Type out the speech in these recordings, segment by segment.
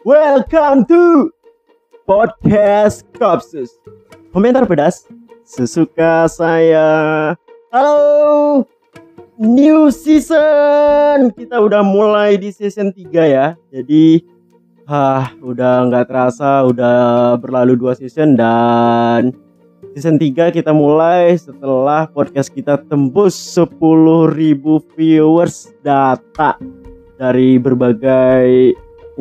Welcome to Podcast Kopsus. Komentar pedas sesuka saya. Halo, new season. Kita udah mulai di season 3 ya. Jadi udah nggak terasa udah berlalu 2 season. Dan season 3 kita mulai setelah podcast kita tembus 10.000 viewers data dari berbagai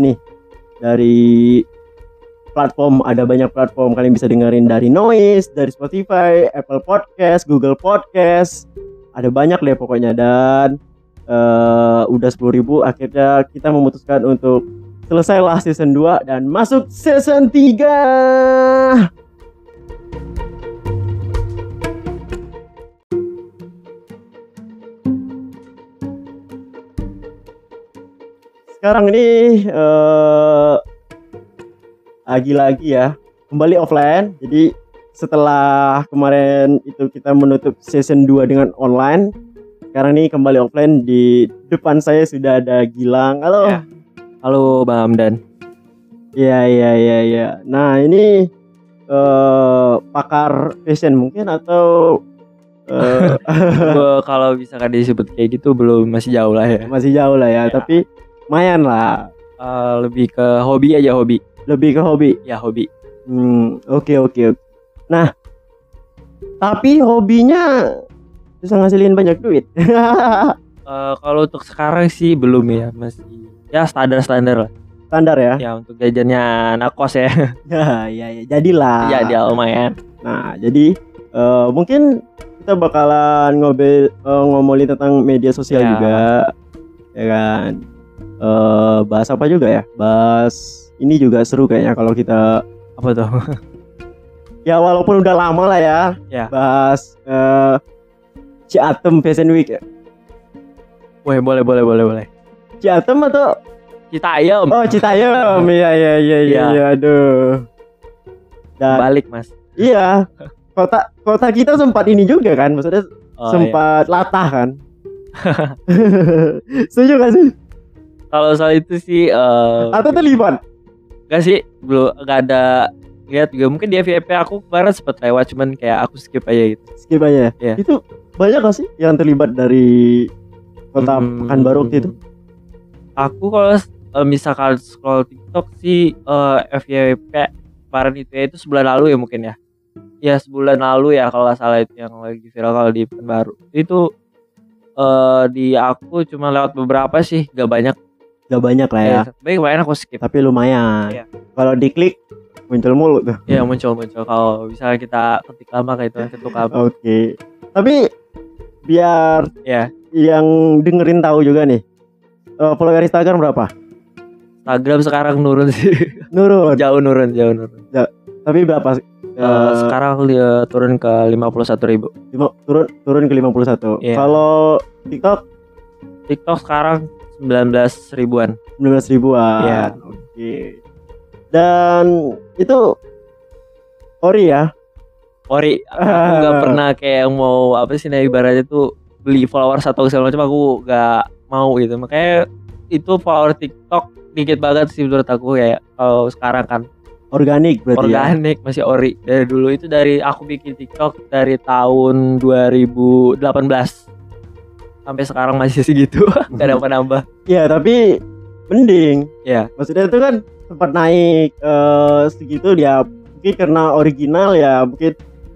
dari platform. Ada banyak platform, kalian bisa dengerin dari Noise, dari Spotify, Apple Podcast, Google Podcast. Ada banyak deh pokoknya. Dan udah 10.000, akhirnya kita memutuskan untuk selesailah season 2 dan masuk season 3. Sekarang ini lagi-lagi ya kembali offline. Jadi setelah kemarin itu kita menutup season 2 dengan online, sekarang ini kembali offline. Di depan saya sudah ada Gilang. Halo. Ya. Halo Bang Amdan. Iya. Nah ini pakar fashion mungkin atau Kalau bisa kan disebut kayak gitu masih jauh lah ya. masih jauh lah ya. Tapi lumayan lah. Lebih ke hobi aja, hobi. Lebih ke hobi. Ya, hobi. Oke. Nah, tapi hobinya bisa ngasilin banyak duit. Kalau untuk sekarang sih belum ya, masih ya standar lah. Standar ya. Ya untuk jajannya anak kos ya. Ya, jadilah. Ya dia lumayan. Nah, jadi mungkin kita bakalan ngomongin tentang media sosial Ya. juga, ya kan. Bahas apa juga ya? Bahas ini juga seru kayaknya kalau kita Apa tuh? ya walaupun udah lama lah ya. Ya. Bahas Ciatem Fashion Week ya. Wah, boleh. Ciatem atau Citayam. Oh, Citayam. Iya. Aduh. Dan Balik, Mas. iya. Kota kita sempat ini juga kan, maksudnya sempat latah kan. Setuju gak sih? Kalau soal itu sih Atau terlibat? enggak sih, belum enggak ada lihat juga. Mungkin di FYP aku kemarin sempat lewat, cuman kayak aku skip aja gitu. Skip aja. Iya. Itu banyak gak sih yang terlibat dari kota Pekanbaru waktu itu? Aku kalau misalkan scroll TikTok sih FYP kemarin itu sebulan lalu ya mungkin ya. Ya sebulan lalu ya kalau nggak salah, itu yang lagi viral kalau di Pekanbaru. Itu di aku cuma lewat beberapa sih, gak banyak. Gak banyak lah ya. Baik aku skip. Tapi lumayan. Iya. Kalau diklik muncul mulu tuh. Ya muncul kalau misalnya kita ketik lama kayak itu ketuk lama. Oke. Tapi biar Ya. yang dengerin tahu juga nih. Follower Instagram berapa? Instagram sekarang nurun sih. Nurun. Jauh nurun. Tapi berapa sih? Sekarang dia turun ke 51.000. Turun ke 51. Iya. Kalau TikTok sekarang 19 ribuan. 19 ribuan. Iya. Oke. Dan itu ori ya. Ori, aku nggak pernah kayak mau apa sih, nah ibaratnya tuh beli followers atau segala macam, aku nggak mau gitu. Makanya itu follower TikTok dikit banget sih menurut aku, kayak kalau sekarang kan Organik berarti organik ya? Masih ori. Dari dulu itu, dari aku bikin TikTok dari tahun 2018 sampai sekarang masih segitu. Gak nambah-nambah. Ya tapi mending. Ya. Maksudnya itu kan sempat naik segitu dia, mungkin karena original ya, mungkin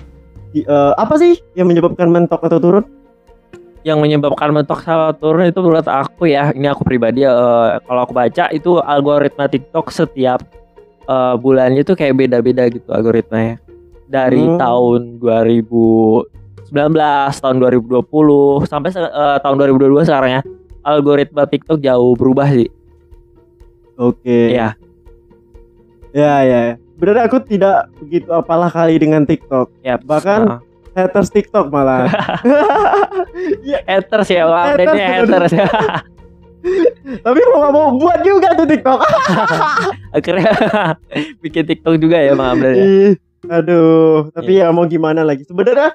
apa sih yang menyebabkan mentok atau turun? Yang menyebabkan mentok sama turun itu menurut aku ya, ini aku pribadi kalau aku baca itu algoritma TikTok setiap bulannya tuh kayak beda-beda gitu algoritmanya. Dari tahun 2019, tahun 2020 sampai tahun 2022 sekarang ya, algoritma TikTok jauh berubah sih. Oke. Iya. Ya. Benar, aku tidak begitu apalah kali dengan TikTok. Ya, Bahkan haters TikTok malah. Haters ya, update-nya haters ya. Tapi mau buat juga tuh TikTok. Akhirnya bikin TikTok juga ya Bang Amdan ya. Aduh, tapi ya mau gimana lagi. Sebenarnya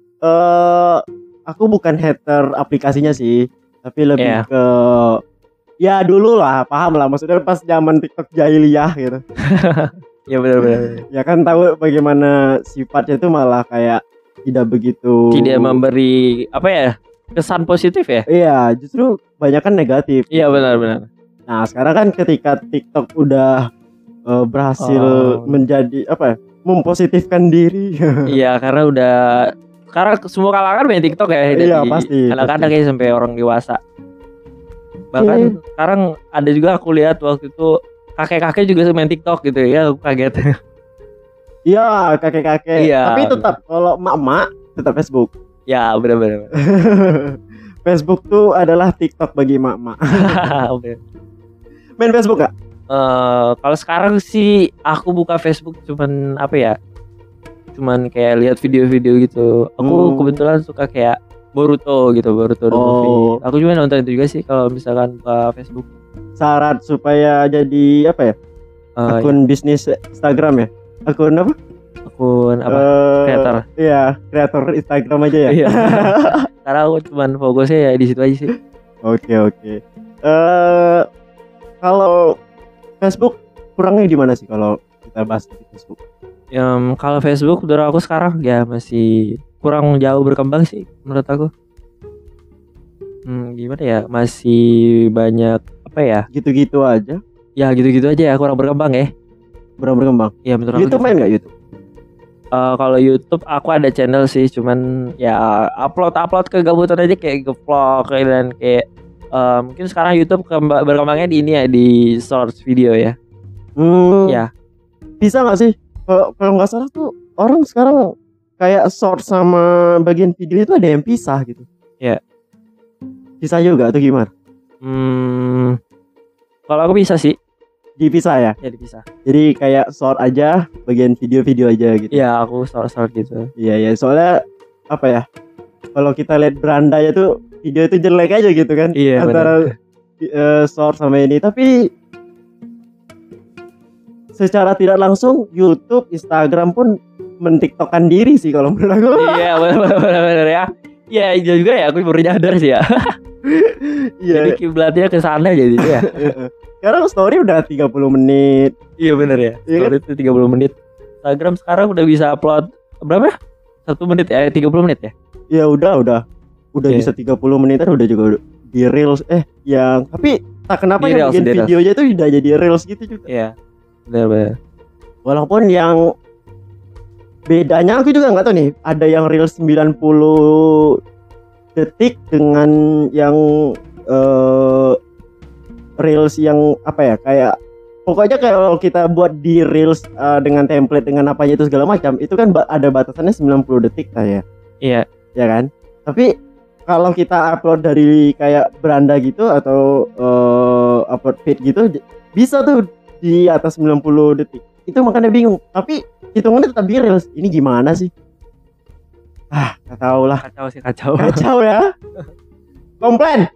aku bukan hater aplikasinya sih, tapi lebih ke Ya dulu lah, paham lah. Maksudnya pas zaman TikTok jahiliyah gitu. Ya benar-benar. Ya kan tahu bagaimana sifatnya itu malah kayak tidak begitu. Tidak memberi apa ya kesan positif ya. Iya, justru banyak kan negatif. Iya benar-benar. Nah sekarang kan ketika TikTok udah berhasil menjadi apa ya, mempositifkan diri. Iya karena udah sekarang semua kalangan main TikTok ya. Iya pasti. Anak-anak ya sampai orang dewasa. Bahkan sekarang ada juga aku lihat waktu itu kakek-kakek juga main TikTok gitu ya, aku kaget. Iya kakek-kakek. Iya. Tapi tetap kalau emak-emak tetap Facebook. Ya benar-benar. Facebook tuh adalah TikTok bagi emak-emak. Oke. Main Facebook gak? Kalau sekarang sih aku buka Facebook cuman apa ya? Cuman kayak lihat video-video gitu. Aku kebetulan suka kayak Boruto gitu, Boruto the movie. Aku juga nonton itu juga sih kalau misalkan buka Facebook. Syarat supaya jadi apa ya? Akun bisnis Instagram ya? Akun apa? Akun apa? Kreator. Iya, kreator Instagram aja ya. Iya. Karena aku cuman fokusnya ya di situ aja sih. Oke. Kalau Facebook kurangnya di mana sih kalau kita bahas di Facebook? Kalau Facebook menurut aku sekarang ya masih kurang jauh berkembang sih menurut aku. Gimana ya? Masih banyak apa ya? Gitu-gitu aja. Ya gitu-gitu aja ya, kurang berkembang ya. Kurang berkembang. Iya menurut YouTube aku. main nggak YouTube? Kalau YouTube aku ada channel sih, cuman ya upload kegabutan aja kayak vlog dan kayak mungkin sekarang YouTube berkembangnya di ini ya, di short video ya. Ya. Bisa nggak sih? Kalau nggak salah tuh orang sekarang kayak short sama bagian video itu ada yang pisah gitu. Ya. Bisa juga atau gimana? Kalau aku bisa sih. Dipisah ya? Ya dipisah. Jadi kayak short aja, bagian video aja gitu. Iya, aku short gitu. Iya, soalnya apa ya? Kalau kita lihat berandanya tuh video itu jelek aja gitu kan. Iya, antara short sama ini, tapi secara tidak langsung YouTube, Instagram pun mentiktokan diri sih kalau menurut aku. Iya, benar ya. Iya, itu juga ya, aku baru nyadar sih ya. Jadi kiblatnya ke sana jadi ya. Sekarang story udah 30 menit. Iya benar ya. Story itu 30 menit. Instagram sekarang udah bisa upload berapa? 1 menit ya, 30 menit ya? Ya udah bisa 30 menitan udah juga di reels yang tapi tak kenapa yang bikin videonya itu udah jadi reels gitu juga. Iya. Benar. Walaupun yang bedanya aku juga nggak tahu nih, ada yang reels 90 detik dengan yang reels yang apa ya, kayak pokoknya kalau kita buat di reels dengan template dengan apanya itu segala macam itu kan ada batasannya 90 detik ya. Iya. Ya kan? Tapi kalau kita upload dari kayak beranda gitu atau upload feed gitu bisa tuh di atas 90 detik. Itu makanya bingung. Tapi hitungannya tetap di reels. Ini gimana sih? Gak tau lah. Kacau ya. Komplain.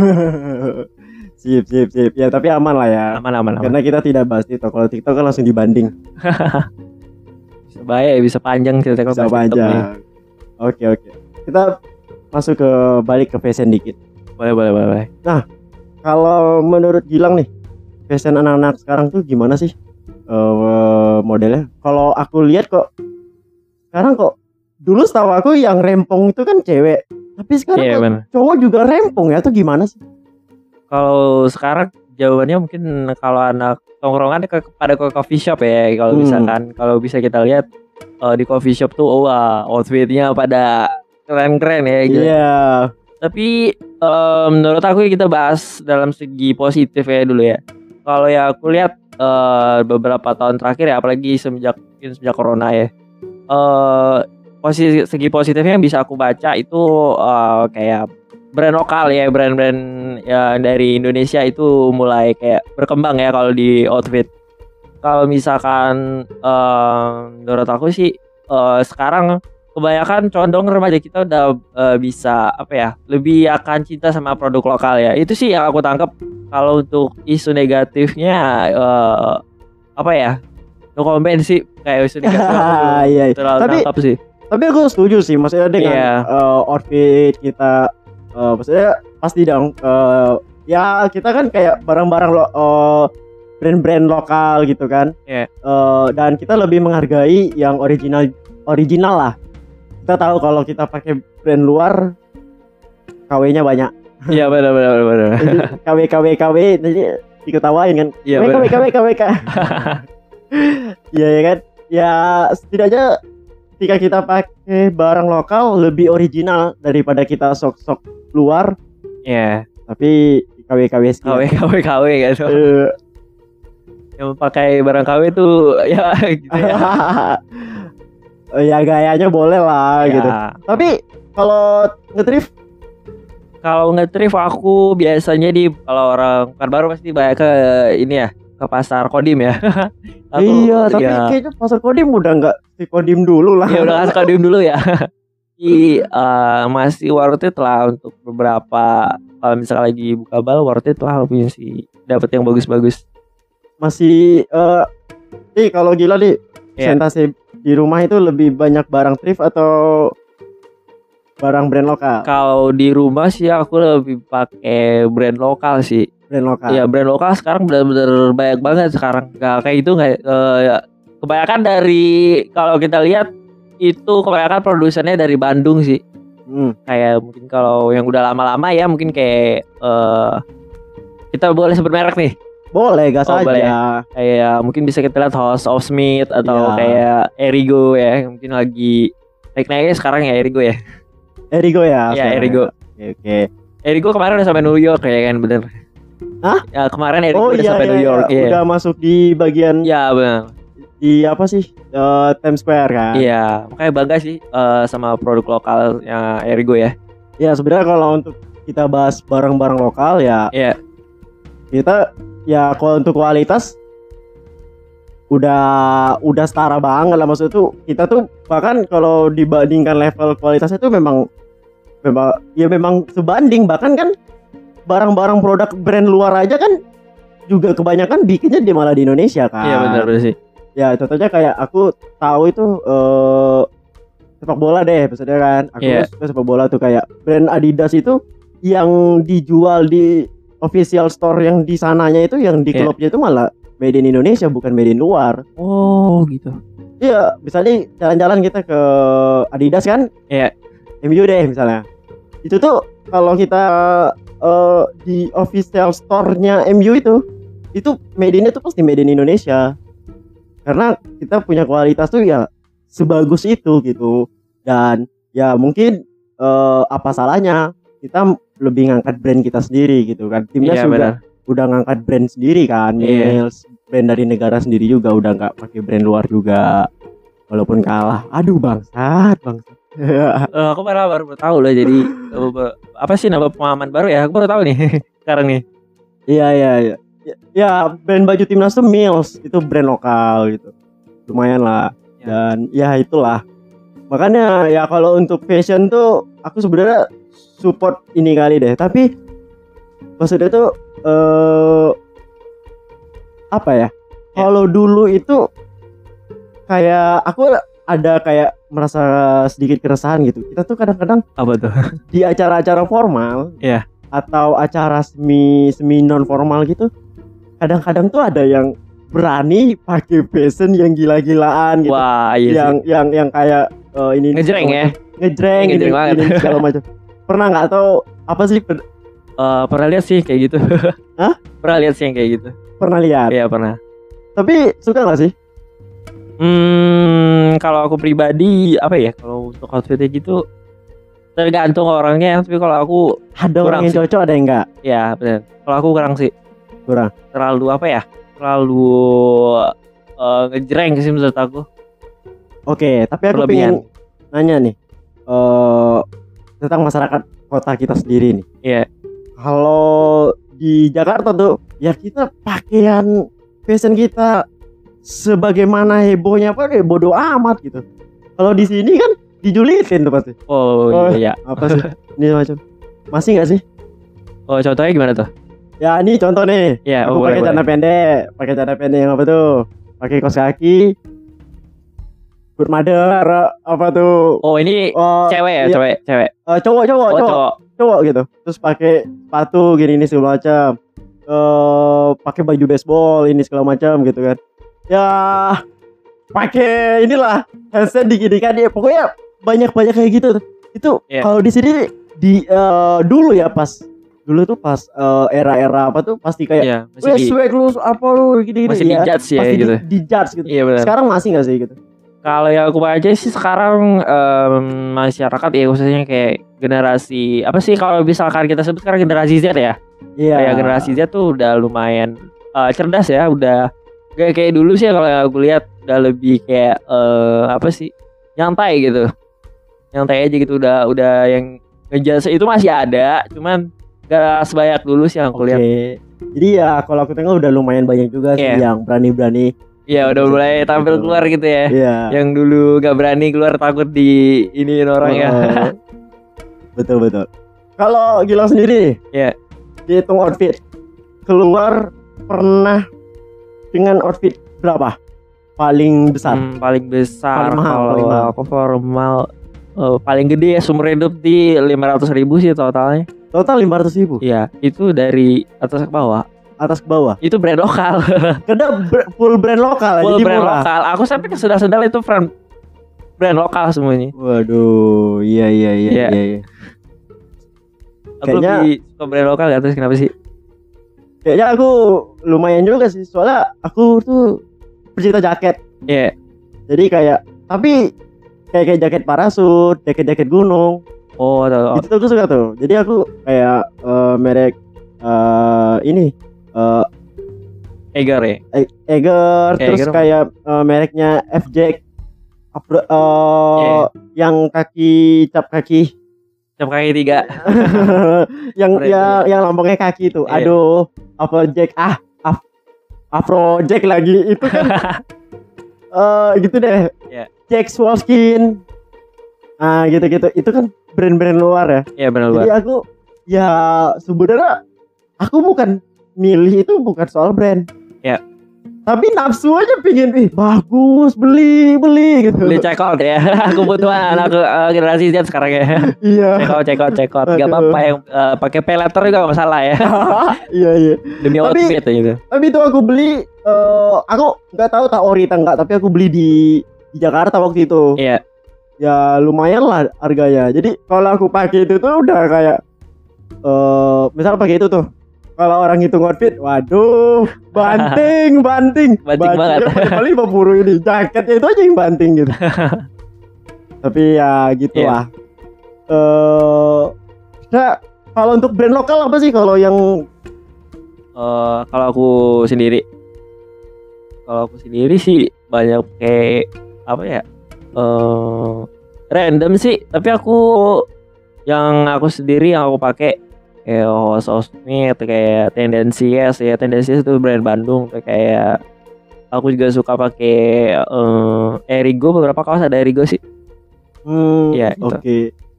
Sip. Ya tapi aman lah ya. Aman. Karena kita tidak bahas TikTok. Kalau TikTok kan langsung dibanding. Bisa bahaya, bisa panjang cerita kalau bisa panjang. Oke. Kita masuk balik ke fashion dikit. Boleh. Nah, kalau menurut Gilang nih, fashion anak-anak sekarang tuh gimana sih modelnya? Kalau aku lihat kok sekarang dulu setahu aku yang rempong itu kan cewek. Tapi sekarang cowok juga rempong ya, atau gimana sih? Kalau sekarang jawabannya mungkin kalau anak tongkrongan pada ke coffee shop ya. Kalau misalkan kalau bisa kita lihat di coffee shop tuh outfitnya pada keren-keren ya gitu. Iya. Tapi menurut aku kita bahas dalam segi positif ya dulu ya. Kalau ya aku lihat beberapa tahun terakhir ya, apalagi semenjak corona ya. Segi positifnya yang bisa aku baca itu kayak brand lokal ya, brand-brand ya dari Indonesia itu mulai kayak berkembang ya kalau di outfit. Kalau misalkan menurut aku sih sekarang kebanyakan condong remaja kita udah bisa apa ya, lebih akan cinta sama produk lokal ya. Itu sih yang aku tangkap. Kalau untuk isu negatifnya apa ya, no comment sih, kayak isu negatif terlalu tangkap sih. Tapi aku setuju sih, maksudnya dengan outfit kita maksudnya pasti dong ya kita kan kayak barang-barang brand-brand lokal gitu kan. Iya. Dan kita lebih menghargai yang original lah. Kita tahu kalau kita pakai brand luar KW-nya banyak. Iya benar. Jadi KW nanti diketawain kan. Iya, KW. Iya ya kan. Ya setidaknya ketika kita pakai barang lokal lebih original daripada kita sok-sok luar. Iya. Tapi KW sekian. KW gitu. Yang pakai barang KW tuh ya gitu ya. Ya gayanya boleh lah Ya. gitu. Tapi kalau nge-thrift aku biasanya kalau orang Pekanbaru pasti banyak ke ini ya, ke pasar Kodim ya. iya, tapi kayaknya pasar Kodim udah nggak si Kodim dulu lah. Ya udah kasih Kodim dulu ya. Masih worth it lah untuk beberapa, kalau misalkan lagi buka bal worth it lah sih, dapat yang bagus-bagus. Masih kalau gila nih Iya. presentasi di rumah itu lebih banyak barang thrift atau barang brand lokal? Kalau di rumah sih aku lebih pakai brand lokal sih. Brand lokal. Iya, brand lokal sekarang benar-benar banyak banget sekarang. Gak kayak itu kebanyakan dari, kalau kita lihat itu kebanyakan produsennya dari Bandung sih. Kayak mungkin kalau yang udah lama-lama ya mungkin kayak kita boleh sebut merek nih. Boleh, gas aja. Boleh. Kayak mungkin bisa kita lihat House of Smith atau Iya. kayak Erigo ya, mungkin lagi naik-naiknya sekarang ya Erigo ya. Erigo ya. Iya, sekarang Erigo. ya? Oke. Erigo kemarin udah sampai New York ya kan, bener. Hah? Ya kemarin Erigo Oh udah iya, sampai New York. Iya. Udah masuk di bagian Iya benar. di apa sih? Times Square kan. Iya, makanya bangga sih sama produk lokalnya Erigo ya. Ya sebenarnya kalau untuk kita bahas barang-barang lokal ya, Iya. kita ya kalau untuk kualitas udah setara banget lah, maksud tuh kita tuh bahkan kalau dibandingkan level kualitasnya itu memang sebanding, bahkan kan barang-barang produk brand luar aja kan juga kebanyakan bikinnya malah di Indonesia kan. Iya benar sih. Ya contohnya kayak aku tahu itu sepak bola deh maksudnya kan. Aku Iya. suka sepak bola tuh, kayak brand Adidas itu yang dijual di official store yang di sananya itu, yang di Iya. klubnya itu malah made in Indonesia bukan made in luar. Oh gitu. Iya, misalnya jalan-jalan kita ke Adidas kan, Iya. MU deh misalnya. Itu tuh kalau kita di official store-nya MU itu made in-nya tuh pasti made in Indonesia. Karena kita punya kualitas tuh ya sebagus itu gitu. Dan ya mungkin apa salahnya kita lebih ngangkat brand kita sendiri gitu kan. Timnas Iya, juga benar. udah ngangkat brand sendiri kan. Iya. Mills, brand dari negara sendiri juga udah nggak pakai brand luar juga. Walaupun kalah. Aduh bangsat. Aku baru tahu loh, jadi apa sih nama pemahaman baru ya? Aku baru tahu nih sekarang nih. Iya. Ya brand baju timnas tuh Mills, itu brand lokal gitu. Lumayan lah. Ya. Dan ya itulah. Makanya ya kalau untuk fashion tuh aku sebenarnya support ini kali deh. Tapi maksudnya tuh apa ya? Kalau dulu itu kayak aku ada kayak merasa sedikit keresahan gitu. Kita tuh kadang-kadang Apa tuh? di acara-acara formal, Iya. atau acara semi non formal gitu, kadang-kadang tuh ada yang berani pakai fashion yang gila-gilaan gitu. Wah, iya sih. yang kayak ini Ngejreng ya. ngejreng Ngejreng banget. ini segala macam. Pernah nggak, atau apa sih Pernah lihat sih kayak gitu. Hah? Pernah lihat sih yang kayak gitu. pernah lihat? Iya pernah. Tapi suka nggak sih? Kalau aku pribadi apa ya? Kalau untuk outfitnya gitu tergantung orangnya. Tapi kalau aku Ada kurang orang yang sih. cocok, ada yang enggak? ya benar. Kalau aku kurang sih. Kurang. Terlalu apa ya? Terlalu ngejreng sih menurut aku. Oke, tapi aku Berlebihan. pengen nanya nih tentang masyarakat kota kita sendiri nih. Iya. Kalau di Jakarta tuh ya kita pakaian fashion kita sebagaimana hebohnya apa deh, bodo amat gitu. Kalau di sini kan dijulitin tuh pasti. Oh iya. Apa sih? Ini macam masih nggak sih? Oh contohnya gimana tuh? Ya ini contoh nih. Iya. Aku pakai celana pendek, yang apa tuh? Pakai kaos kaki. Good Mother apa tuh? Oh ini cewek ya, iya. cewek. Cowok Oh, cowok. cowok gitu. Terus pakai sepatu gini segala macam. Pakai baju baseball ini segala macam gitu kan. Ya pakai inilah handset dikit-dikit dia. Pokoknya banyak kayak gitu. Itu kalau di sini dulu ya dulu tuh pas era-era apa tuh pasti kayak swag lu apa lu gini masih ya. Dijudge ya pasti gitu. Dijudge gitu. Iya, benar. Sekarang masih enggak sih gitu? Kalau yang aku baca sih sekarang masyarakat ya khususnya kayak generasi apa sih kalau misalkan kita sebut sekarang generasi Z ya. Iya. Kayak generasi Z tuh udah lumayan cerdas ya, udah kayak dulu sih kalau aku lihat udah lebih kayak apa sih? Nyantai gitu. Nyantai aja gitu udah yang ngejudge itu masih ada, cuman gak sebanyak dulu sih yang aku lihat. Jadi ya kalau aku tengok udah lumayan banyak juga sih yang berani-berani. Iya udah mulai tampil keluar gitu ya. Yang dulu gak berani keluar takut di iniin orang ya. Betul. Kalau Gilang sendiri nih, dihitung outfit keluar pernah dengan outfit berapa? Paling besar? Paling besar. Paling mahal. Aku formal paling gede ya seumur hidup di 500.000 sih totalnya. Total 500.000? Iya, itu dari atas ke bawah. Atas ke bawah? Itu brand lokal. Karena full brand lokal. Full brand lokal. Aku sampai ke sendal itu brand lokal semuanya. Waduh, iya. Aku lebih suka brand lokal gak tahu kenapa sih. Kayaknya aku lumayan juga sih. Soalnya aku tuh pecinta jaket. Iya. Jadi tapi kayak jaket parasut, jaket gunung. Oh, tahu. Itu tuh aku suka tuh. Jadi aku kayak merek ini Eiger ya. Eiger terus kayak mereknya FJ yang cap kaki 3. yang lambungnya kaki itu. Aduh, Afrojack Afrojack lagi itu kan gitu deh. Jack Wolfskin. Gitu. Itu kan brand-brand luar ya. Iya, brand luar. Jadi aku ya sebenarnya aku bukan milih itu bukan soal brand. Ya. Tapi nafsu aja pingin bagus beli gitu. Beli check out ya. Kebutuhan anak generasi Z sekarang ya. Iya. Check out. Gak apa-apa yang pakai pay letter juga gak masalah ya. Iya. Demi outfit gitu. Tapi itu aku beli aku nggak tahu tak ori enggak, tapi aku beli di Jakarta waktu itu. Iya. Ya lumayan lah harganya. Jadi kalau aku pakai itu tuh udah kayak misal pakai itu tuh. Kalau orang hitung outfit, waduh, banting banget. Paling 50 ini jaketnya itu aja yang banting gitu. Tapi ya gitu lah. Nah, kalau untuk brand lokal apa sih kalau yang kalau aku sendiri sih banyak kayak apa ya? Random sih, tapi aku sendiri yang aku pakai kayak Osmith, kayak Tendencies ya. Tendencies itu brand Bandung. Kayak aku juga suka pakai Erigo, beberapa kaos ada Erigo sih. Ya, gitu. Oke.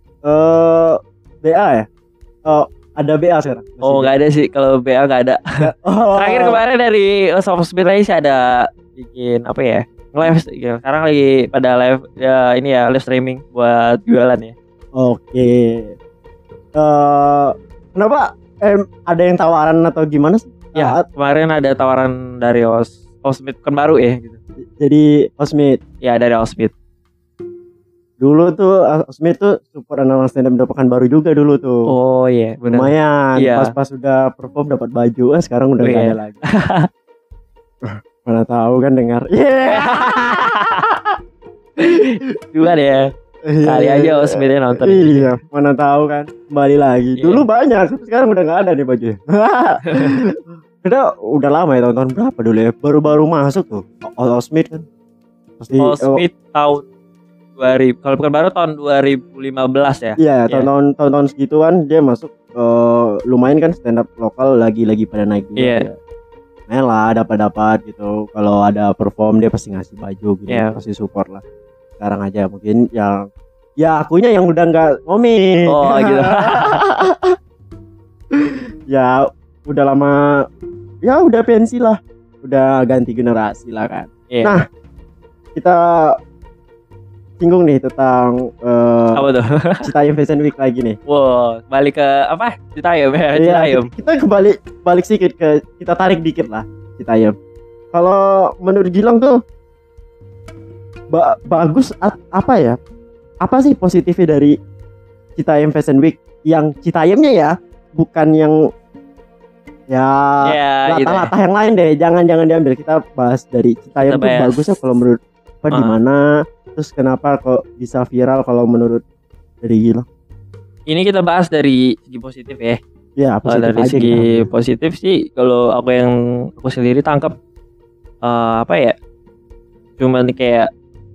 BA ya? Ada BA sekarang? Nggak ada sih, kalau BA nggak ada. Terakhir kemarin dari Osmith aja sih ada bikin apa ya? Live ya. Sekarang lagi pada live ya, ini ya live streaming buat jualan ya. Oke. Kenapa ada yang tawaran atau gimana sih? Ya, kemarin ada tawaran dari Osmith kan baru ya gitu. Jadi Osmith. Ya, dari Osmith. Dulu tuh Osmith tuh support anak stand up Pekanbaru juga dulu tuh. Oh iya, benar. Lumayan. Pas sudah perform dapat baju, sekarang udah enggak ada lagi. Mana tahu kan dengar. Juga deh. Kali aja Osmithnya nonton. Iya, mana tahu kan. Kembali lagi. Dulu banyak, tapi sekarang udah nggak ada nih baju. Udah lama ya, tahun berapa dulu ya? Baru-baru masuk tuh. Osmith kan. Osmith tahun 2000. Kalau Pekanbaru tahun 2015 ya. Iya, tahun-tahun segituan dia masuk. Lumayan kan stand up lokal lagi pada naik juga. Iya. Main lah, dapat gitu. Kalau ada perform dia pasti ngasih baju gitu, pasti support lah. Sekarang aja mungkin yang akunya yang udah nggak ngomel. Oh gitu. Ya udah lama, ya udah pensi lah, udah ganti generasi lah kan. Nah kita singgung nih tentang Apa tuh? Citayam Fashion Week lagi nih. Wow, balik ke apa? Citayam ya, Iya, Citayam. kita balik sedikit kita tarik dikit lah Citayam. Kalau menurut Gilang tuh bagus apa ya? Apa sih positifnya dari Citayam Fashion Week yang Citayamnya ya, bukan yang ya gitu ya. latah-latah yang lain deh. Jangan diambil. Kita bahas dari Citayam Kita tuh bahas. bagusnya kalau menurut apa di mana? Terus kenapa kok bisa viral kalau menurut dari Gilang? Ini kita bahas dari segi positif ya. Ya, Kalau positif dari aja segi kita. positif sih, kalau aku sendiri tangkap apa ya? Cuman kayak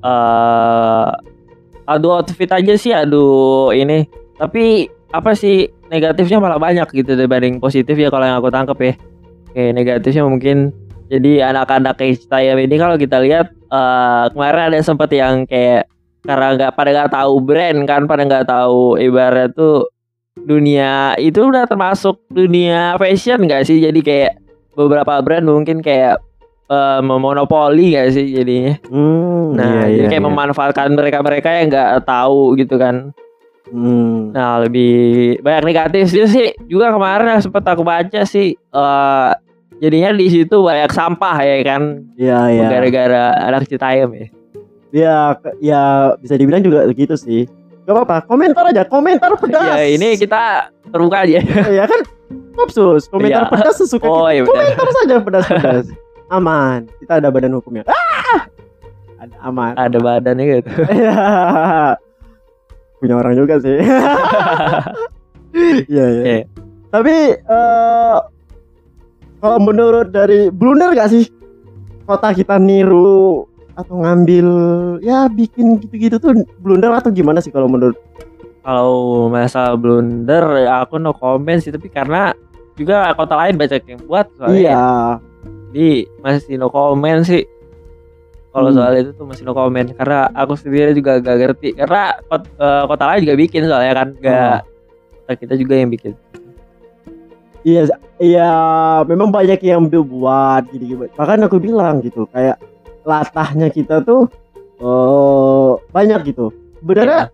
adu outfit aja sih, ini. Tapi apa sih negatifnya malah banyak gitu dibanding positif ya kalau yang aku tangkap ya. Kayak negatifnya mungkin jadi anak-anak kayak Citayam ini kalau kita lihat kemarin ada sempat yang kayak karena nggak tahu brand kan, pada nggak tahu ibarat tuh dunia itu udah termasuk dunia fashion nggak sih, jadi kayak beberapa brand mungkin kayak memonopoli nggak sih jadinya. Nah jadi kayak memanfaatkan mereka yang nggak tahu gitu kan. Nah lebih banyak negatif sih juga kemarin sempat aku baca sih, jadinya di situ banyak sampah ya kan. Iya. Gara-gara anak Citayam ya. Ya bisa dibilang juga gitu sih. Gak apa-apa, komentar pedas. Ya ini kita terbuka aja. Ya kan, kopsus, komentar pedas sesuka kita. Iya, komentar saja pedas-pedas. Aman, kita ada badan hukumnya. Ada aman. Ada badannya gitu. Punya orang juga sih. Iya. Tapi kalau menurut dari blunder gak sih kota kita niru atau ngambil ya bikin gitu-gitu tuh blunder atau gimana sih kalau menurut? Kalau masalah blunder ya aku no comment sih, tapi karena juga kota lain banyak yang buat soalnya. Iya. Jadi masih no comment sih. Kalau soal itu tuh masih no comment karena aku sendiri juga gak ngerti karena kota lain juga bikin soalnya kan, gak kita juga yang bikin. Iya, memang banyak yang buat gitu. Bahkan aku bilang gitu, kayak latahnya kita tuh banyak gitu. Sebenarnya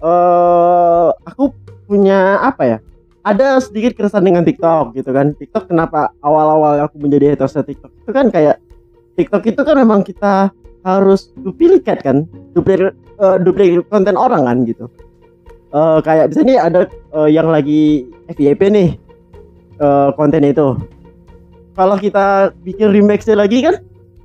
aku punya apa ya? Ada sedikit keresahan dengan TikTok gitu kan. TikTok kenapa awal-awal aku menjadi hatersnya TikTok itu kan kayak TikTok itu kan memang kita harus duplikat kan, duplikat konten orang kan gitu. Kayak misalnya ada yang lagi FYP nih konten itu. Kalau kita bikin remix-nya lagi kan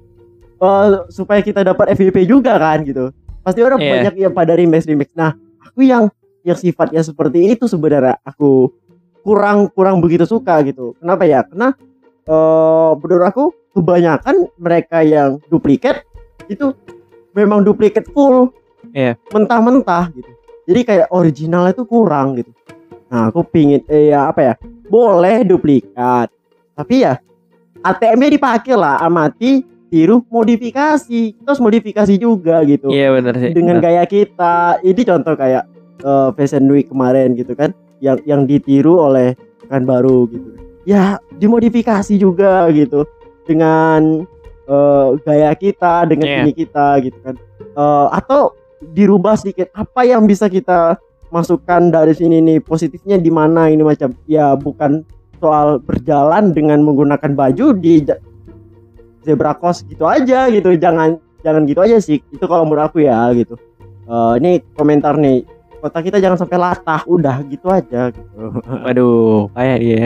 supaya kita dapat FYP juga kan gitu. Pasti orang banyak yang pada remix. Nah, aku yang sifatnya seperti ini tuh sebenarnya aku kurang begitu suka gitu. Kenapa ya? Karena menurut aku kebanyakan mereka yang duplikat itu memang duplikat full. Mentah-mentah gitu. Jadi kayak originalnya itu kurang gitu. Nah, aku pingin boleh duplikat. Tapi ya ATM-nya dipakai lah, amati tiru modifikasi, terus modifikasi juga gitu. Iya benar sih. Dengan gaya kita. Ini contoh kayak Fashion Week kemarin gitu kan, yang ditiru oleh Pekanbaru gitu. Ya dimodifikasi juga gitu dengan gaya kita, dengan ini kita gitu kan. Atau dirubah sedikit apa yang bisa kita masukkan dari sini nih, positifnya di mana ini macam. Ya bukan soal berjalan dengan menggunakan baju di zebra cross gitu aja gitu, jangan gitu aja sih itu kalau menurut aku ya gitu. Ini komentar nih, kota kita jangan sampai latah, udah gitu aja gitu. Waduh, kayak dia.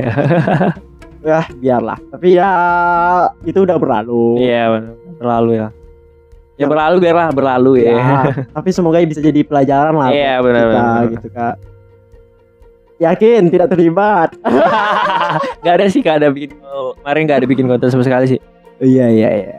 Ya biarlah, tapi ya itu udah berlalu. Iya benar, berlalu ya. Ya berlalu biarlah berlalu ya. Tapi semoga bisa jadi pelajaran lah. Iya benar. Gitu Kak. Yakin tidak terlibat? Gak ada sih, kemarin gak ada bikin konten sama sekali sih. Iya.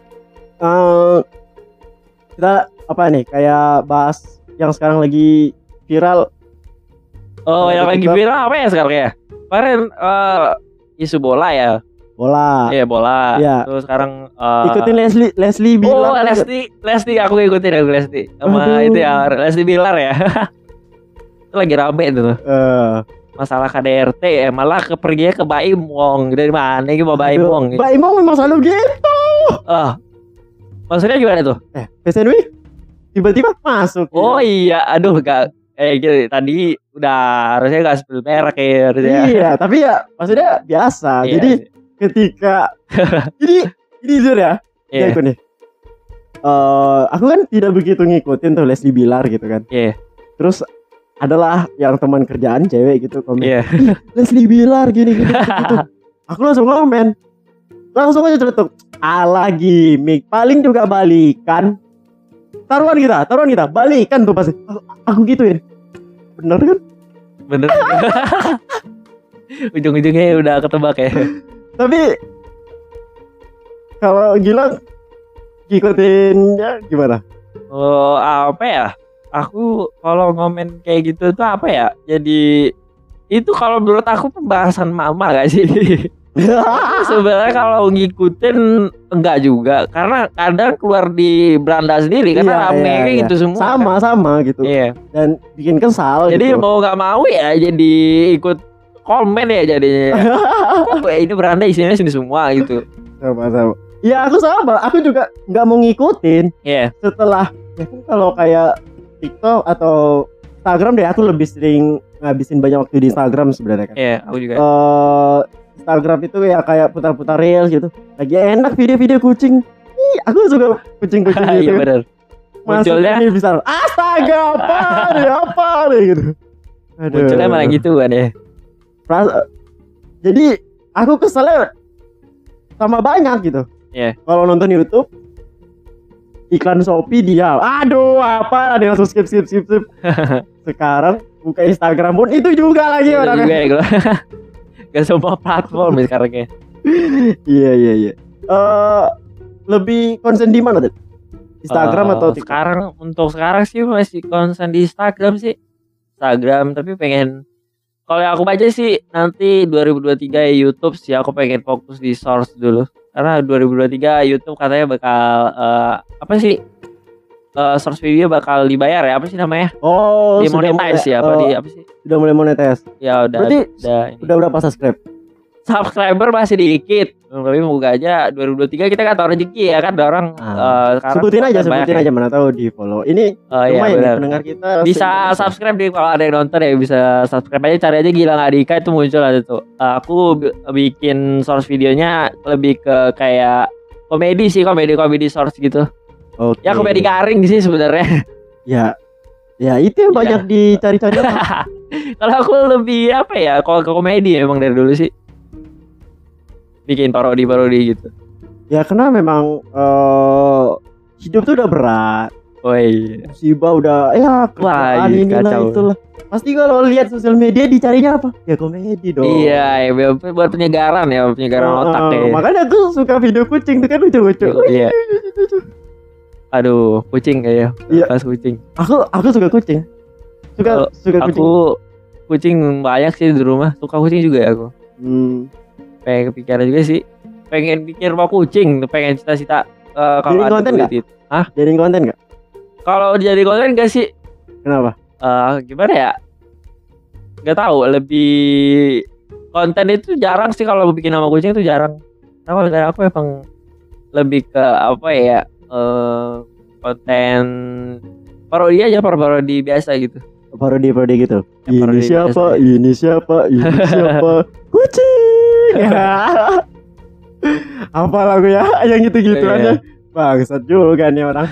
Kita apa nih, kayak bahas yang sekarang lagi viral. Yang lagi viral apa ya sekarang ya? Kemarin isu bola ya. Bola. Iya bola. Iya. Terus sekarang ikutin Leslie Bilar. Leslie aku ikutin Leslie sama itu ya Leslie Bilar ya. Itu lagi rame itu tuh. Masalah KDRT ya, malah kepergiannya ke Baim Wong. Dari mana gitu Baim Wong? Baim Wong memang selalu gitu. Maksudnya gimana tuh? Fashion Week tiba-tiba masuk. Oh iya, aduh gak gitu. Tadi udah harusnya gak spill merek ya harusnya. Iya, tapi ya maksudnya biasa. Iya Jadi sih. ketika jadi jujur ya, Iya. aku nih. Aku kan tidak begitu ngikutin tuh Leslie Bilar gitu kan. Iya. Terus adalah yang teman kerjaan cewek gitu komen. Iya. Leslie Bilar gini gitu. Aku langsung komen. Langsung aja celetuk. Alah gimmick, paling juga balikan. Taruhan kita, balikan tuh pasti. Aku gituin. Bener kan? Bener. Ujung-ujungnya udah ketebak ya. Tapi kalau Gilang ngikutinnya gimana? Oh, apa ya? Aku kalau ngomen kayak gitu tuh apa ya? Jadi itu kalau menurut aku pembahasan mama gak sih? Sebenarnya kalau ngikutin enggak juga, karena kadang keluar di beranda sendiri karena rame kayak gitu semua. Sama gitu. Iya. Dan bikin kesal. Jadi gitu. mau nggak mau ya jadi ikut komen ya jadinya. Kok ini beranda isinya sini semua gitu. Sama. Ya aku sama. Aku juga nggak mau ngikutin. Iya. Setelah ya kan kalau kayak TikTok atau Instagram deh, aku lebih sering ngabisin banyak waktu di Instagram sebenarnya kan. Iya, aku juga. Instagram itu ya kayak putar-putar reels gitu. Lagi enak video-video kucing. Ih, aku suka kucing-kucing gitu. Iya benar. Munculnya ini bisa. Astaga, apa deh gitu. Aduh. Munculnya malah gitu kan ya. Jadi aku keselnya sama banyak gitu. Iya. Kalau nonton YouTube iklan Shopee dia. Aduh, apa ada yang langsung skip. Sekarang buka Instagram pun itu juga lagi Itu orangnya. juga ya kalau gak semua platform sekarang ya. Iya. Lebih konsen di mana tuh? Instagram atau TikTok? Untuk sekarang sih masih konsen di Instagram sih. Instagram, tapi pengen, kalau yang aku baca sih nanti 2023 ya YouTube sih, aku pengen fokus di source dulu. Karena 2023 YouTube katanya bakal source video bakal dibayar ya, apa sih namanya? Oh, Dimonetize ya, apa sih? Sudah mulai monetize. Ya udah. Berarti ini. udah berapa subscribe? Subscriber masih dikit. Tapi moga aja 2023 kita kan tahu rezeki ya kan, ada orang sekarang sebutin aja ya. mana tahu di follow. Ini lumayan nih pendengar kita. Bisa subscribe deh kalau ada yang nonton ya, bisa subscribe aja, cari aja Gilang Adika itu muncul ada tuh. Aku bikin source videonya lebih ke kayak komedi sih, komedi source gitu. Oke. Ya komedi garing sih sebenarnya. Ya itu yang banyak dicari-cari. Kalau aku lebih apa ya, kalau ke komedi emang dari dulu sih. Bikin parodi gitu. Ya karena memang hidup tuh udah berat. Oh iya. Musibah udah kerjaan inilah itulah. Pasti kalau lihat sosial media dicarinya apa? Ya komedi dong. Iya, buat penyegaran otak ya. Makanya aku suka video kucing tuh kan lucu-lucu. Iya. Aduh, kucing kayaknya. Iya. Pas kucing. Aku suka kucing. Suka kucing. Aku kucing banyak sih di rumah. Suka kucing juga ya aku. Pengen kepikiran juga sih. Pengen bikin rumah kucing, pengen cita-cita kalau ada duit itu. Hah? Jadi konten enggak? Kalau jadi konten enggak sih? Kenapa? Gimana ya? Enggak tahu, lebih konten itu jarang sih kalau bikin nama kucing itu jarang. Kenapa? Karena aku emang lebih ke apa ya? Konten parodi biasa gitu. Parodi gitu. Ya, Ini siapa? Kucing. Apa lagu ya yang gitu-gituan ya? Bangsat juga nih orang.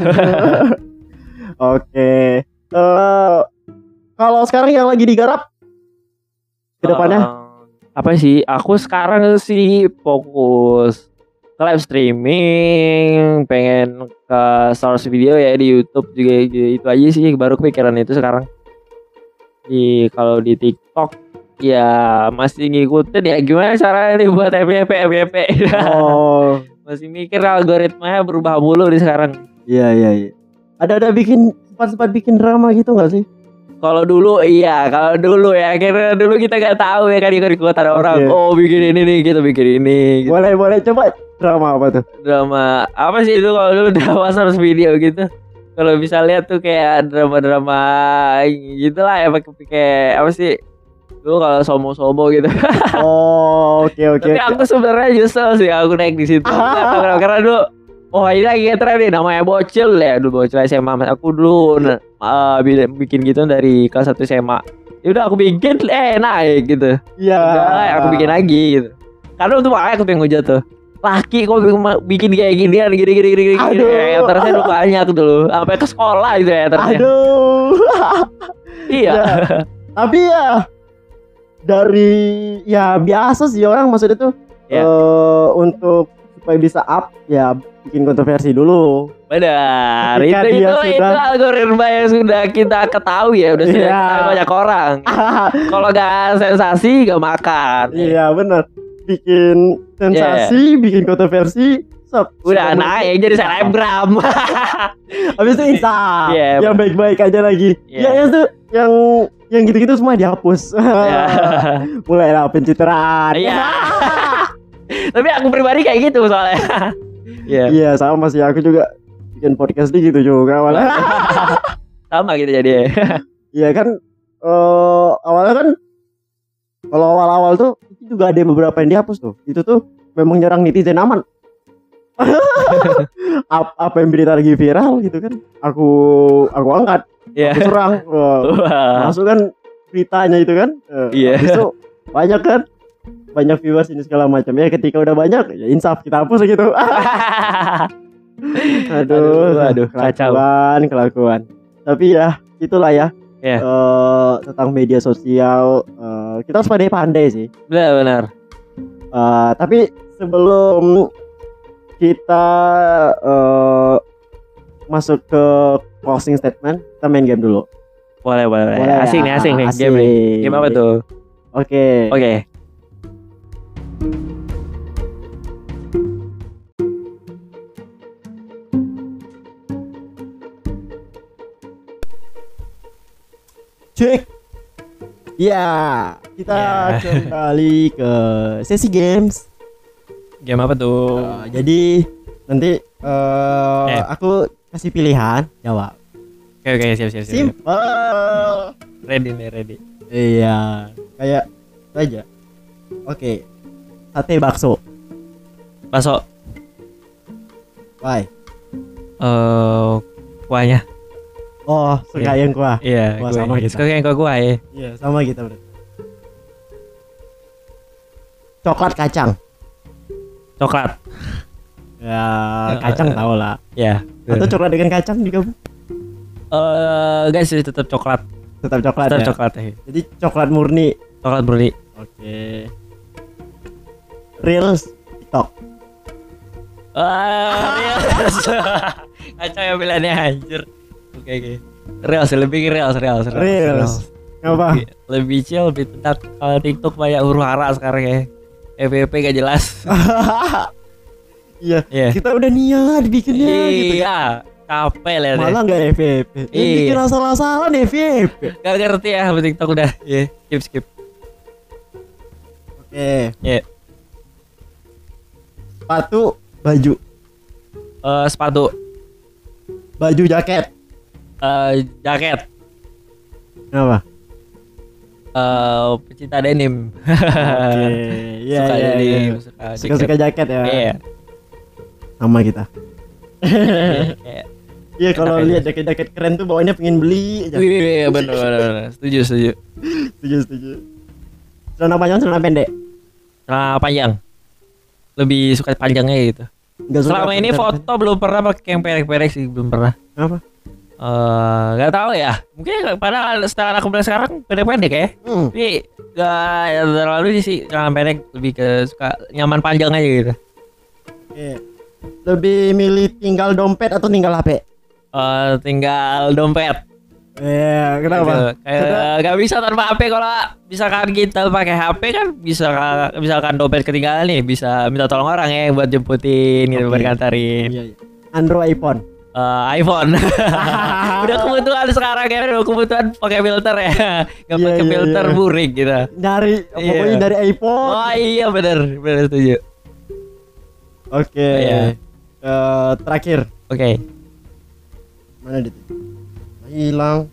Oke. Kalau sekarang yang lagi digarap ke depannya apa sih? Aku sekarang sih fokus ke live streaming, pengen ke source video ya di YouTube juga, itu aja sih, baru kepikiran itu sekarang. Kalau di TikTok ya masih ngikutin ya, gimana caranya nih buat FYP. Oh, masih mikir, algoritmanya berubah mulu nih sekarang. Iya. Ada sempat bikin drama gitu nggak sih? Kalau dulu ya, karena dulu kita nggak tahu ya kan, ikut-ikutan orang. Oh bikin ini nih, kita bikin ini. Gitu. Boleh coba drama apa tuh? Drama apa sih itu? Kalau dulu drama source video gitu. Kalau bisa lihat tuh kayak drama gitulah ya, pakai apa sih? Dulu kalau somo gitu. Oh, oke. Tapi aku sebenarnya nyesel sih aku naik di situ. Karena dulu Oh ini lagi ngetren nih namanya bocil ya. Dulu bocil SMA. Aku dulu bikin gitu dari kelas 1 SMA. Ya udah aku bikin naik gitu. Iya. Udah, aku bikin lagi gitu. Karena untuk makanya aku pengen ngujat tuh. Laki kok bikin kayak ginian gini. Aduh. Terusnya udah banyak dulu. Sampai ke sekolah gitu ya terusnya. Aduh. Iya. Ya, tapi ya dari ya biasa sih orang maksudnya tuh Ya. untuk supaya bisa up ya bikin kontroversi dulu. Benar. Ketika Itu dia itu sudah- algoritma yang sudah kita ketahui ya, udah sudah Iya. ketahui banyak orang. Kalau nggak sensasi nggak makan. Iya benar. Bikin sensasi, bikin kontroversi, Udah naik jadi selebgram. Habis itu Insta. Iya. Yang baik-baik aja lagi. Iya. Ya itu yang gitu-gitu semua dihapus. Iya. Mulailah pencitraan. Iya. Tapi aku pribadi kayak gitu soalnya. Iya. Iya, sama sih aku juga bikin podcast di gitu juga awalnya. Sama gitu jadi. Iya kan awalnya kan kalau awal-awal tuh itu juga ada beberapa yang dihapus tuh. Itu tuh memang nyerang netizen aman. Apa yang berita lagi viral gitu kan. Aku angkat, Iya. aku serang. Wah. Masuk kan beritanya itu kan. Iya. Habis itu banyak kan. Banyak viewers ini segala macam. Ya ketika udah banyak ya insaf kita hapus gitu. Aduh, kacau. kelakuan. Tapi ya itulah ya. Iya. Tentang media sosial kita harus pandai-pandai sih. Benar. Tapi sebelum kita masuk ke closing statement, kita main game dulu. Boleh. Boleh Asing ya? nih Asik. game nih. Game apa tuh? Oke. Oke. Cek. Ya, kita Ya. kembali ke sesi games. Game apa tuh? Jadi nanti aku kasih pilihan jawab. Oke, siap. Simple. Ready. Iya, kayak itu aja. Oke. Sate bakso. Bakso. Why? Kuahnya. Oh, suka yang kuah. Iya, Wah, gue sama kita. suka yang kuah ya. Iya, sama kita berarti. Coklat kacang. Coklat. Ya, kacang tau lah. Ya. Atau coklat dengan kacang digabung. Guys, tetap coklat. Tetap coklat Tetap ya. coklat ya. Jadi coklat murni. Coklat murni. Oke. Reels TikTok. Reels. Kacau ya pilihannya anjir. Oke. Reels lebih ke Reels. Apa? Lebih chill, lebih tenang. Kalau TikTok banyak huru-hara sekarang ya. FYP gak jelas. Iya. Iya. Kita udah niat bikinnya gitu. Iya, capek lah deh. Malah nggak FVP. Iya. Bikin asal-asalan FVP. Gak ngerti ya sama TikTok udah. Iya, skip. Oke. Iya. Sepatu, baju, Sepatu, baju jaket. jaket, Kenapa? pecinta denim. Oke. Iya, Suka iya, denim, iya. suka Suka-suka jaket ya. Iya. Sama kita. Kayak Iya, kalau Enak lihat jaket-jaket keren tuh bawaannya pengen beli aja. Iya, benar. Setuju. Setuju. Celana panjang, celana pendek. Celana panjang. Lebih suka panjangnya gitu. Nggak suka Selama ini celana foto belum pernah pakai yang pendek-pendek sih, belum pernah. Apa? Gak tahu ya. Mungkin padahal setelah aku bilang sekarang pendek-pendek ya. Tapi gak terlalu sih celana pendek, lebih ke suka nyaman panjang aja gitu. Oke. Lebih milih tinggal dompet atau tinggal HP? Tinggal dompet. Iya, kenapa? Kayak gak bisa tanpa HP. Kalau misalkan kita pakai HP kan misalkan dompet ketinggalan nih, bisa minta tolong orang ya buat jemputin gitu, Oke. buat nganterin. Iya. Android iPhone. iPhone. Udah kebutuhan sekarang ya, udah kebutuhan pakai filter ya. Gak Iya, pakai iya, filter iya. burik gitu. Pokoknya dari iPhone. Oh iya benar setuju. Oke. Iya. Terakhir. Oke. Mana dia? Hilang.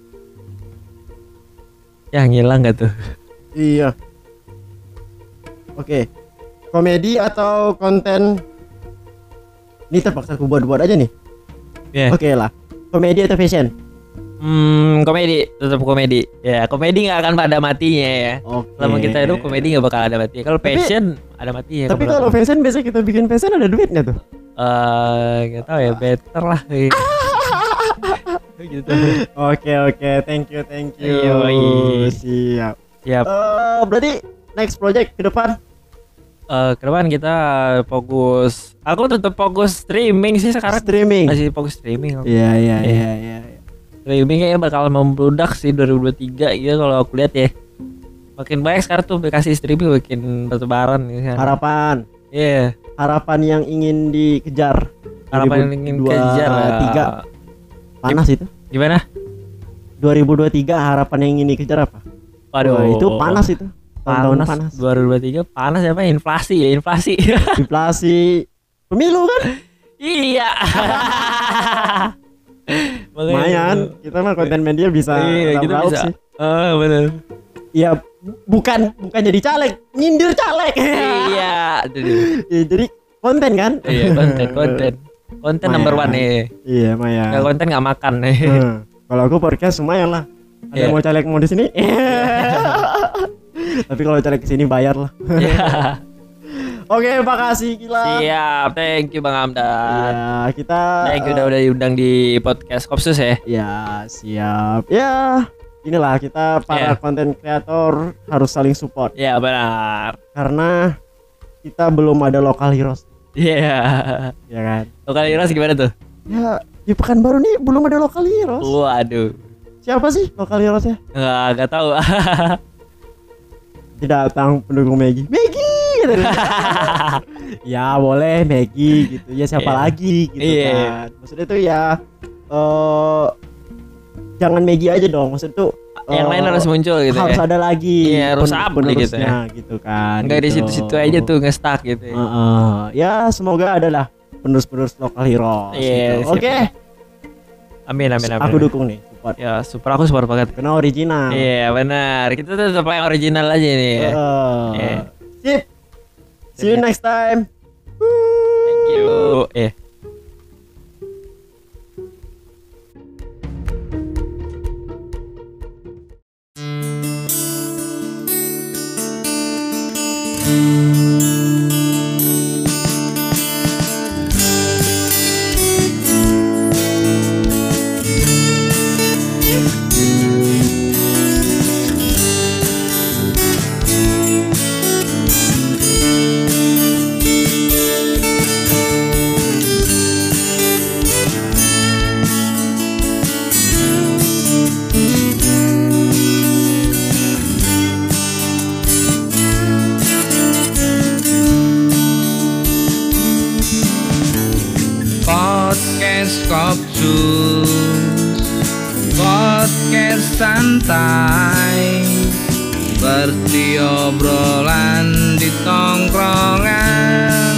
Ya ngilang gak tuh? Iya. Oke. Komedi atau konten Ini terpaksa aku buat aja nih. Iya. Oke lah. Komedi atau fashion? Komedi, tetap komedi. Ya, komedi nggak akan pada matinya ya. Oke. Selama kita hidup komedi nggak bakal ada matinya. Kalau fashion ada matinya. Tapi kalau fashion biasa kita bikin fashion ada duitnya tuh. nggak tahu ya, better lah. Gitu. Oke, thank you. Yoi. Siap. Siap. Berarti next project ke depan Ke depan kita fokus. Aku tetap fokus streaming sih sekarang. streaming. Masih fokus streaming. Iya. Streaming kayaknya bakal membludak sih 2023 ya kalau aku lihat ya. Makin banyak sekarang tuh aplikasi streaming makin bertebaran ya. Harapan. Iya. Harapan yang ingin dikejar. Harapan yang ingin kejar 2023. Panas itu. Gimana? 2023 harapan yang ingin dikejar apa? Waduh, Wah, itu panas itu. Tahun-tahun panas. 2023 panas apa? Inflasi. Inflasi pemilu kan? Iya. Lumayan, kita mah konten media bisa kita raup bisa. sih. Benar. Iya, bukan jadi caleg, nyindir caleg. Iya, Ya, jadi konten kan? Iya, konten number one nih. Iya, Maya. Nggak konten nggak makan nih. Kalau aku podcast lumayan lah. Ada Iya. mau caleg mau di sini? Tapi kalau caleg ke sini bayar lah. Iya. Oke, makasih gila. Siap, thank you Bang Hamdan. Ya, kita Thank you udah diundang di podcast Kopsus ya. ya, siap. Ya, inilah kita para Iya. konten kreator harus saling support Iya benar. karena kita belum ada local heroes, Iya. ya kan? Lokal Heroes gimana tuh? Ya, di Pekanbaru nih belum ada local heroes. Waduh. Siapa sih local heroesnya? Nggak tahu. Datang pendukung Maggie gitu. Ya boleh Maggie gitu ya, siapa Iya. lagi gitu Iya. kan. Maksudnya tuh ya jangan Maggie aja dong, maksudnya tuh Yang lain harus muncul gitu harus ya. ada lagi Iya, harus update gitu penerusnya gitu kan. Nggak di gitu. situ-situ aja tuh nge-stuck gitu. Ya. Ya semoga adalah penerus lokal hero Iya, gitu. siap. Oke, Amin. aku dukung nih support Ya, aku support banget. karena original. Iya, benar. Kita tetap yang original aja nih ya. Iya. Sip. See you next time. Thank you. Podcast Kopsus, podcast santai, seperti obrolan di tongkrongan.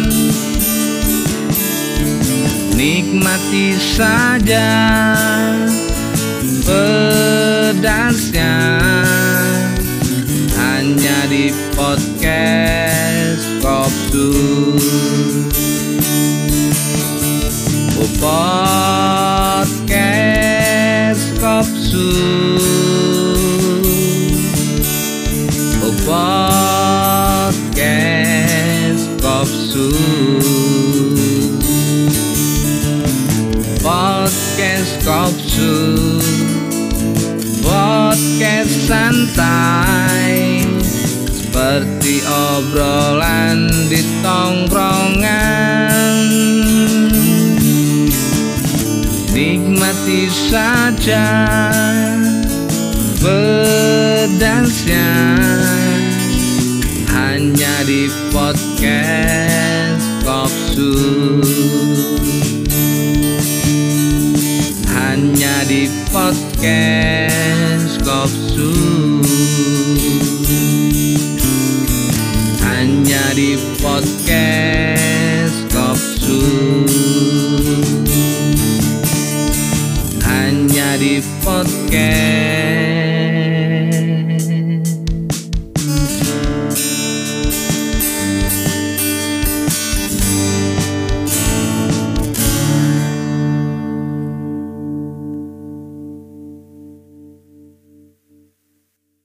Nikmati saja pedasnya, hanya di podcast Kopsus. Podcast Kopsus, podcast Kopsus, podcast Kopsus, podcast santai, seperti obrolan di tongkrongan. Nikmati saja pedasnya, hanya di podcast Kopsus, hanya di podcast Kopsus, hanya di podcast Kopsus, hanya di podcast